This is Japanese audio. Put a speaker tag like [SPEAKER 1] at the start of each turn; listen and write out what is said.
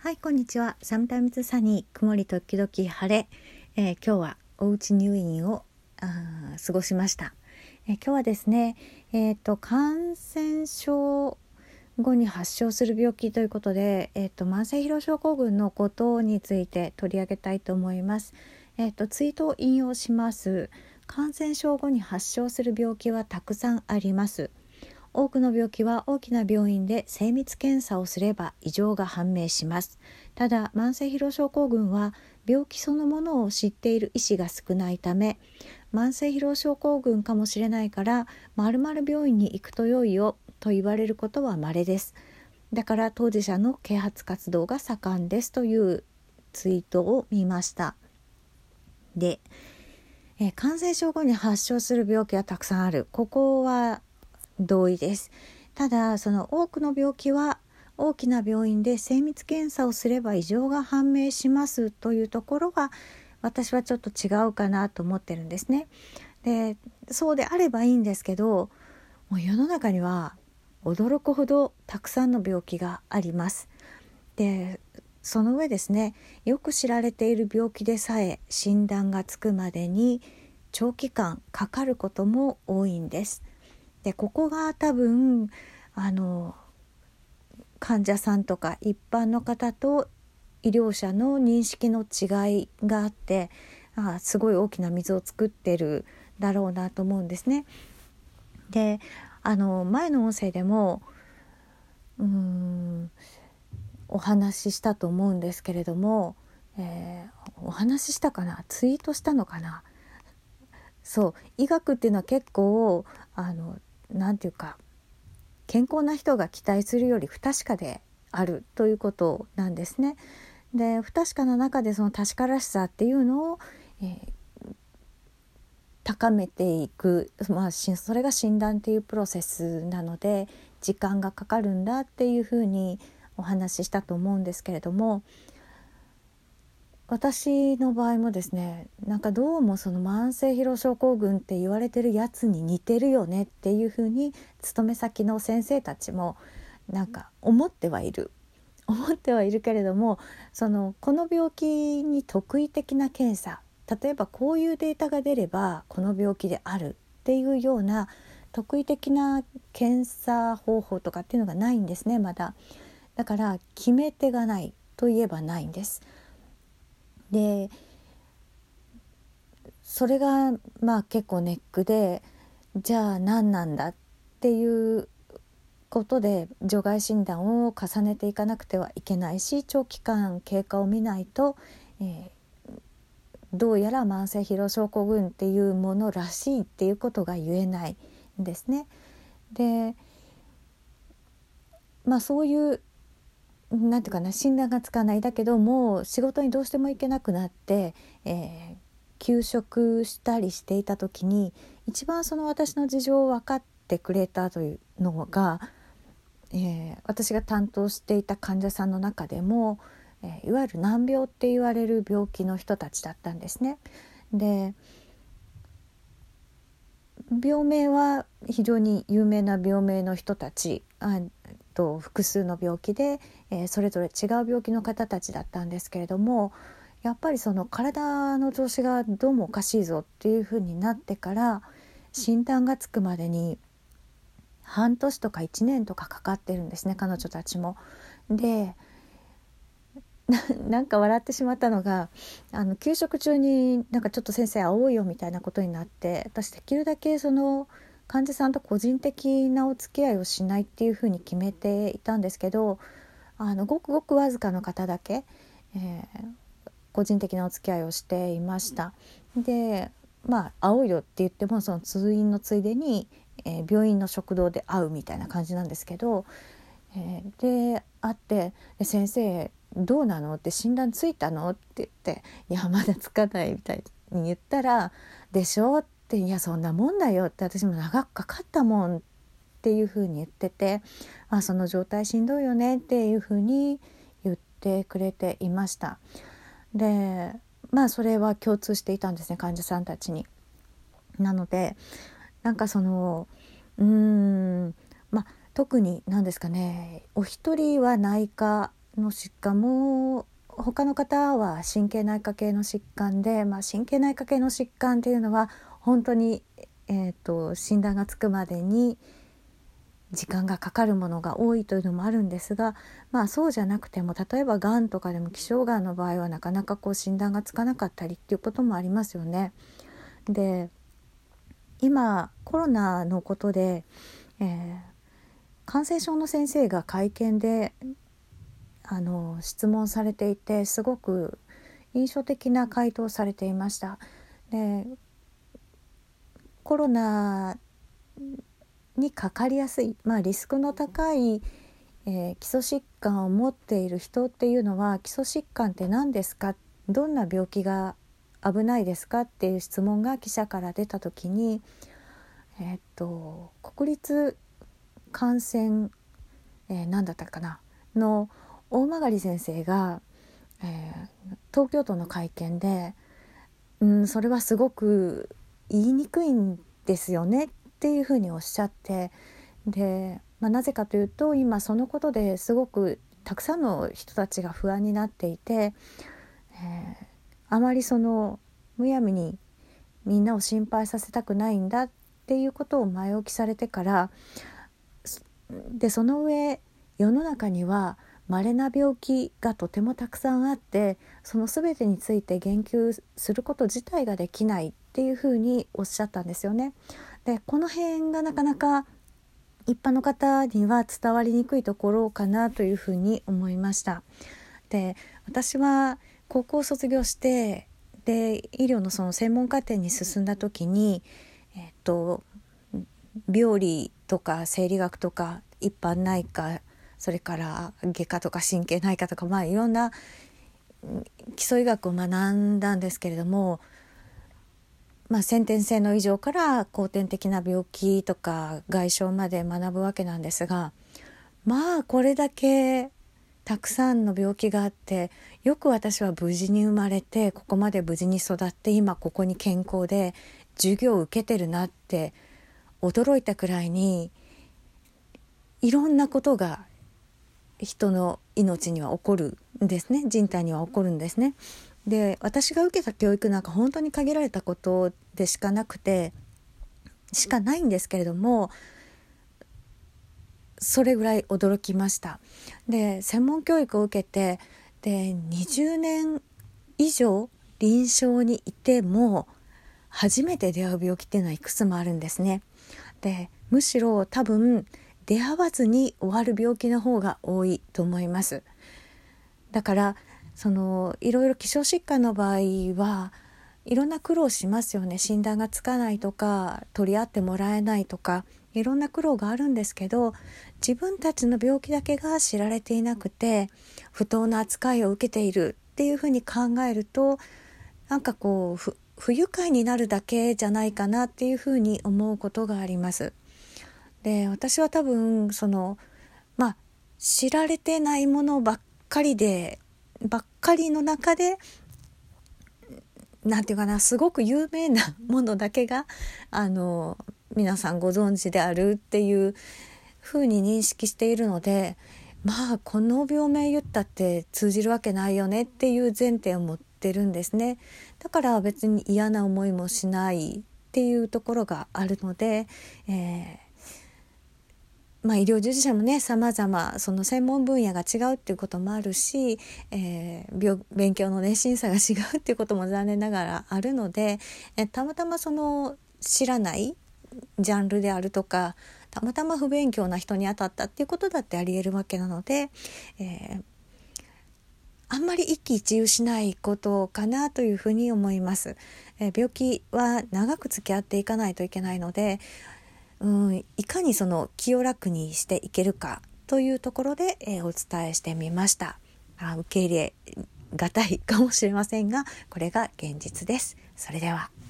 [SPEAKER 1] はい、こんにちは。サムタイムズサニー、曇り時々晴れ。今日はおうち入院を過ごしました。今日はですね、感染症後に発症する病気ということで、慢性疲労症候群のことについて取り上げたいと思います。ツイートを引用します。感染症後に発症する病気はたくさんあります。多くの病気は大きな病院で精密検査をすれば異常が判明します。ただ、慢性疲労症候群は病気そのものを知っている医師が少ないため、慢性疲労症候群かもしれないから〇〇病院に行くと良いよと言われることは稀です。だから当事者の啓発活動が盛んですというツイートを見ました。で、感染症後に発症する病気はたくさんある。ここは同意です。ただ、その多くの病気は大きな病院で精密検査をすれば異常が判明しますというところが私はちょっと違うかなと思ってるんですね。で、そうであればいいんですけど、もう世の中には驚くほどたくさんの病気があります。で、その上ですね、よく知られている病気でさえ診断がつくまでに長期間かかることも多いんです。で、ここが多分患者さんとか一般の方と医療者の認識の違いがあって、すごい大きな溝を作ってるだろうなと思うんですね。で、前の音声でもお話ししたと思うんですけれども、お話ししたかな、ツイートしたのかな。そう、医学っていうのは結構なんていうか、健康な人が期待するより不確かであるということなんですね。で、不確かな中でその確からしさっていうのを、高めていく、それが診断っていうプロセスなので時間がかかるんだっていうふうにお話ししたと思うんですけれども、私の場合もですね、なんかどうもその慢性疲労症候群って言われてるやつに似てるよねっていうふうに勤め先の先生たちもなんか思ってはいるけれども、この病気に特異的な検査、例えばこういうデータが出ればこの病気であるっていうような特異的な検査方法とかっていうのがないんですね、まだ。だから決め手がないといえばないんです。で、それが結構ネックで、じゃあ何なんだっていうことで除外診断を重ねていかなくてはいけないし、長期間経過を見ないと、どうやら慢性疲労症候群っていうものらしいっていうことが言えないんですね。で、そういうなんていうかな、診断がつかない、だけどもう仕事にどうしても行けなくなって、休職したりしていた時に一番その私の事情を分かってくれたというのが、私が担当していた患者さんの中でも、いわゆる難病って言われる病気の人たちだったんですね。で、病名は非常に有名な病名の人たち、複数の病気で、それぞれ違う病気の方たちだったんですけれども、やっぱりその体の調子がどうもおかしいぞっていう風になってから診断がつくまでに半年とか1年とかかかってるんですね、彼女たちも。で、なんか笑ってしまったのが、休職中になんかちょっと先生会おうよみたいなことになって、私できるだけその患者さんと個人的なお付き合いをしないっていうふうに決めていたんですけど、ごくごくわずかの方だけ、個人的なお付き合いをしていました。で、会おうよって言ってもその通院のついでに、病院の食堂で会うみたいな感じなんですけど、で会って、先生どうなのって診断ついたのって言って、いやまだつかないみたいに言ったら、でしょって、いやそんなもんだよって、私も長くかかったもんっていう風に言ってて、その状態しんどいよねっていう風に言ってくれていました。で、それは共通していたんですね、患者さんたちに。なので、なんか特に何ですかね、お一人は内科の疾患も他の方は神経内科系の疾患で、神経内科系の疾患っていうのは本当に、診断がつくまでに時間がかかるものが多いというのもあるんですが、そうじゃなくても例えばがんとかでも希少がんの場合はなかなか診断がつかなかったりっていうこともありますよね。で、今コロナのことで、感染症の先生が会見で質問されていて、すごく印象的な回答をされていました。で、コロナにかかりやすい、リスクの高い、基礎疾患を持っている人っていうのは、基礎疾患って何ですか、どんな病気が危ないですかっていう質問が記者から出た時に、国立感染、何だったかなの大曲先生が、東京都の会見で、それはすごく言いにくいんですよねっていうふうにおっしゃって、で、なぜかというと今そのことですごくたくさんの人たちが不安になっていて、あまりむやみにみんなを心配させたくないんだっていうことを前置きされてから、でその上世の中には稀な病気がとてもたくさんあって、その全てについて言及すること自体ができないっていうふうにおっしゃったんですよね。で、この辺がなかなか一般の方には伝わりにくいところかなというふうに思いました。で、私は高校を卒業して、で医療のその専門課程に進んだ時に、病理とか生理学とか一般内科、それから外科とか神経内科とか、いろんな基礎医学を学んだんですけれども、先天性の異常から後天的な病気とか外傷まで学ぶわけなんですが、これだけたくさんの病気があって、よく私は無事に生まれてここまで無事に育って今ここに健康で授業を受けてるなって驚いたくらいに、いろんなことが人の命には起こるんですね。人体には起こるんですね。で、私が受けた教育なんか本当に限られたことでしかないんですけれども、それぐらい驚きました。で、専門教育を受けて、で20年以上臨床にいても初めて出会う病気っていうのはいくつもあるんですね。で、むしろ多分出会わずに終わる病気の方が多いと思います。だからいろいろ希少疾患の場合はいろんな苦労しますよね。診断がつかないとか取り合ってもらえないとか、いろんな苦労があるんですけど、自分たちの病気だけが知られていなくて不当な扱いを受けているっていうふうに考えると、不愉快になるだけじゃないかなっていうふうに思うことがあります。で、私は多分知られてないものばっかりの中で、なんていうかな、すごく有名なものだけが皆さんご存知であるっていうふうに認識しているので、この病名言ったって通じるわけないよねっていう前提を持ってるんですね。だから別に嫌な思いもしないっていうところがあるので、医療従事者もね、様々その専門分野が違うっていうこともあるし、勉強の熱心さが違うっていうことも残念ながらあるので、たまたま知らないジャンルであるとか、たまたま不勉強な人に当たったっていうことだってあり得るわけなので、あんまり一喜一憂しないことかなというふうに思います。病気は長く付き合っていかないといけないので、いかに気を楽にしていけるかというところで、お伝えしてみました。受け入れがたいかもしれませんが、これが現実です。それでは。